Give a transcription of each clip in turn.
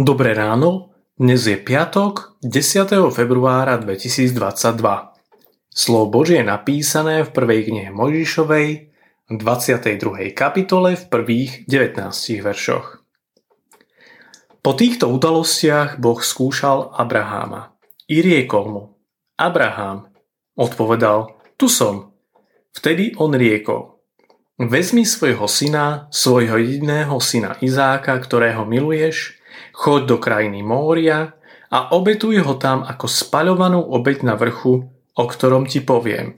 Dobré ráno, dnes je piatok, 10. februára 2022. Slovo Božie je napísané v prvej knihe Mojžišovej, 22. kapitole v prvých 19 veršoch. Po týchto udalostiach Boh skúšal Abraháma i riekol mu: Abrahám. Odpovedal: Tu som. Vtedy on riekol: Vezmi svojho syna, svojho jediného syna Izáka, ktorého miluješ, choď do krajiny Mória a obetuj ho tam ako spaľovanú obeť na vrchu, o ktorom ti poviem.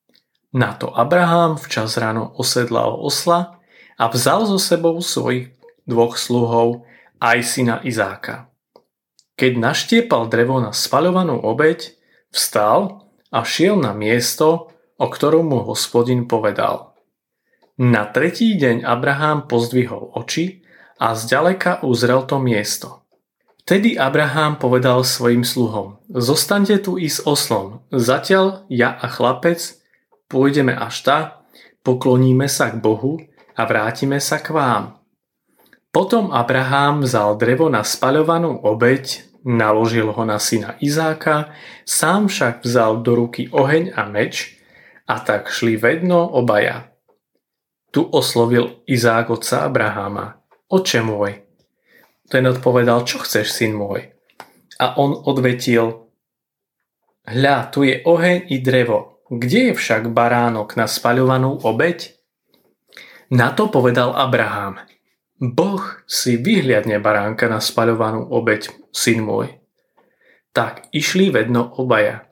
Na to Abrahám včas ráno osedlal osla a vzal so sebou svojich dvoch sluhov aj syna Izáka. Keď naštiepal drevo na spaľovanú obeť, vstal a šiel na miesto, o ktorom mu Hospodin povedal. Na tretí deň Abrahám pozdvihol oči a zďaleka uzrel to miesto. Vtedy Abrahám povedal svojim sluhom: Zostaňte tu i s oslom, zatiaľ ja a chlapec pôjdeme až tá, pokloníme sa k Bohu a vrátime sa k vám. Potom Abrahám vzal drevo na spaľovanú obeť, naložil ho na syna Izáka, sám však vzal do ruky oheň a meč a tak šli vedno obaja. Tu oslovil Izák otca Abraháma: Oče môj. Ten odpovedal: Čo chceš, syn môj? A on odvetil: Hľa, tu je oheň i drevo. Kde je však baránok na spaľovanú obeť? Na to povedal Abrahám: Boh si vyhliadne baránka na spaľovanú obeť, syn môj. Tak išli vedno obaja.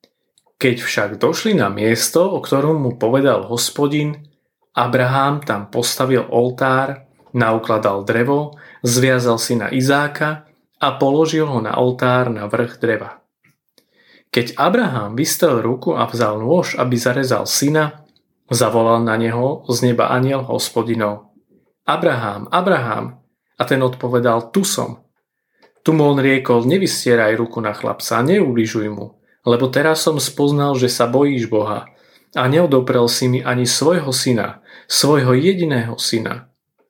Keď však došli na miesto, o ktorom mu povedal Hospodin, Abrahám tam postavil oltár, naukladal drevo, zviazal syna Izáka a položil ho na oltár na vrch dreva. Keď Abrahám vystrel ruku a vzal nôž, aby zarezal syna, zavolal na neho z neba anjel Hospodinov: Abrahám, Abrahám. A ten odpovedal: Tu som. Tu mu on riekol: Nevystieraj ruku na chlapca, neubližuj mu, lebo teraz som spoznal, že sa bojíš Boha a neodoprel si mi ani svojho syna, svojho jediného syna.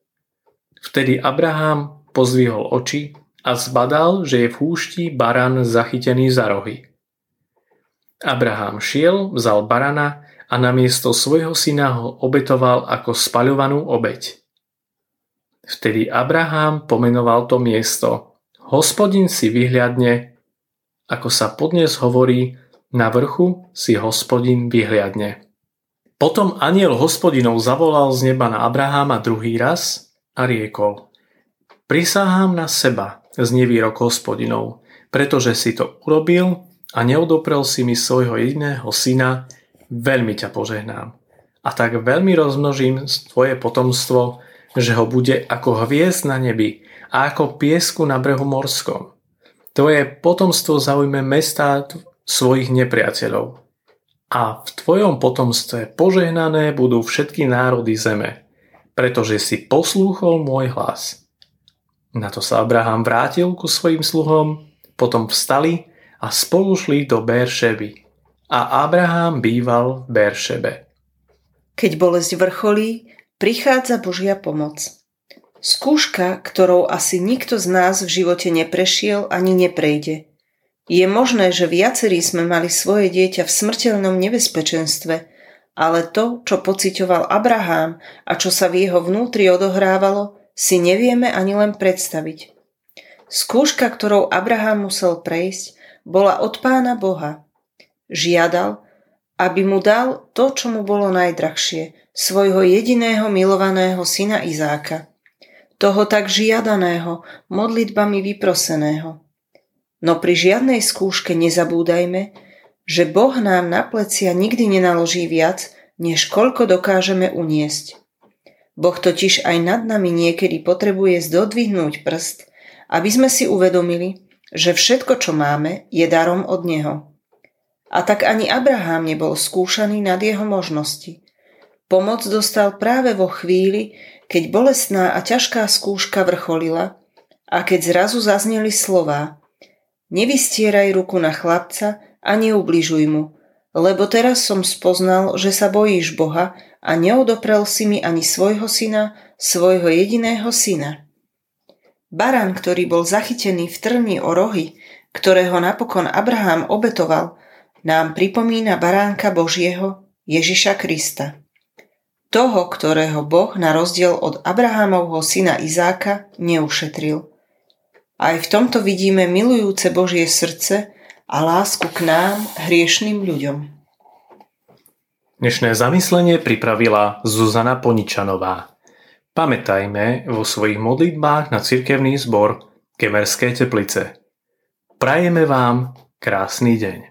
Vtedy Abrahám pozdvihol oči a zbadal, že je v húšti barán zachytený za rohy. Abrahám šiel, vzal barana a namiesto svojho syna ho obetoval ako spaľovanú obeť. Vtedy Abrahám pomenoval to miesto: Hospodin si vyhliadne, ako sa podnes hovorí, na vrchu si Hospodin vyhliadne. Potom anjel Hospodinov zavolal z neba na Abraháma druhý raz a riekol: Prisahám na seba, znie výrok Hospodinov, pretože si to urobil a neodoprel si mi svojho jediného syna, veľmi ťa požehnám. A tak veľmi rozmnožím tvoje potomstvo, že ho bude ako hviezd na nebi a ako piesku na brehu morskom. Tvoje potomstvo zaujme mestá svojich nepriateľov. A v tvojom potomstve požehnané budú všetky národy zeme, pretože si poslúchol môj hlas. Na to sa Abraham vrátil ku svojim sluhom, potom vstali a spolu šli do Béršeby. A Abraham býval v Béršebe. Keď bolesť vrcholí, prichádza Božia pomoc. Skúška, ktorou asi nikto z nás v živote neprešiel ani neprejde. Je možné, že viacerí sme mali svoje dieťa v smrteľnom nebezpečenstve, ale to, čo pociťoval Abrahám a čo sa v jeho vnútri odohrávalo, si nevieme ani len predstaviť. Skúška, ktorou Abrahám musel prejsť, bola od Pána Boha. Žiadal, aby mu dal to, čo mu bolo najdrahšie, svojho jediného milovaného syna Izáka. Toho tak žiadaného, modlitbami vyproseného. No pri žiadnej skúške nezabúdajme, že Boh nám na plecia nikdy nenaloží viac, než koľko dokážeme uniesť. Boh totiž aj nad nami niekedy potrebuje zdodvihnúť prst, aby sme si uvedomili, že všetko, čo máme, je darom od Neho. A tak ani Abrahám nebol skúšaný nad jeho možnosti. Pomoc dostal práve vo chvíli, keď bolestná a ťažká skúška vrcholila a keď zrazu zazneli slová: Nevystieraj ruku na chlapca a neubližuj mu, lebo teraz som spoznal, že sa bojíš Boha a neodoprel si mi ani svojho syna, svojho jediného syna. Barán, ktorý bol zachytený v trni o rohy, ktorého napokon Abraham obetoval, nám pripomína baránka Božieho, Ježiša Krista. Toho, ktorého Boh na rozdiel od Abrahámovho syna Izáka neušetril. Aj v tomto vidíme milujúce Božie srdce a lásku k nám, hriešným ľuďom. Dnešné zamyslenie pripravila Zuzana Poničanová. Pamätajme vo svojich modlitbách na cirkevný zbor Kemerské Teplice. Prajeme vám krásny deň.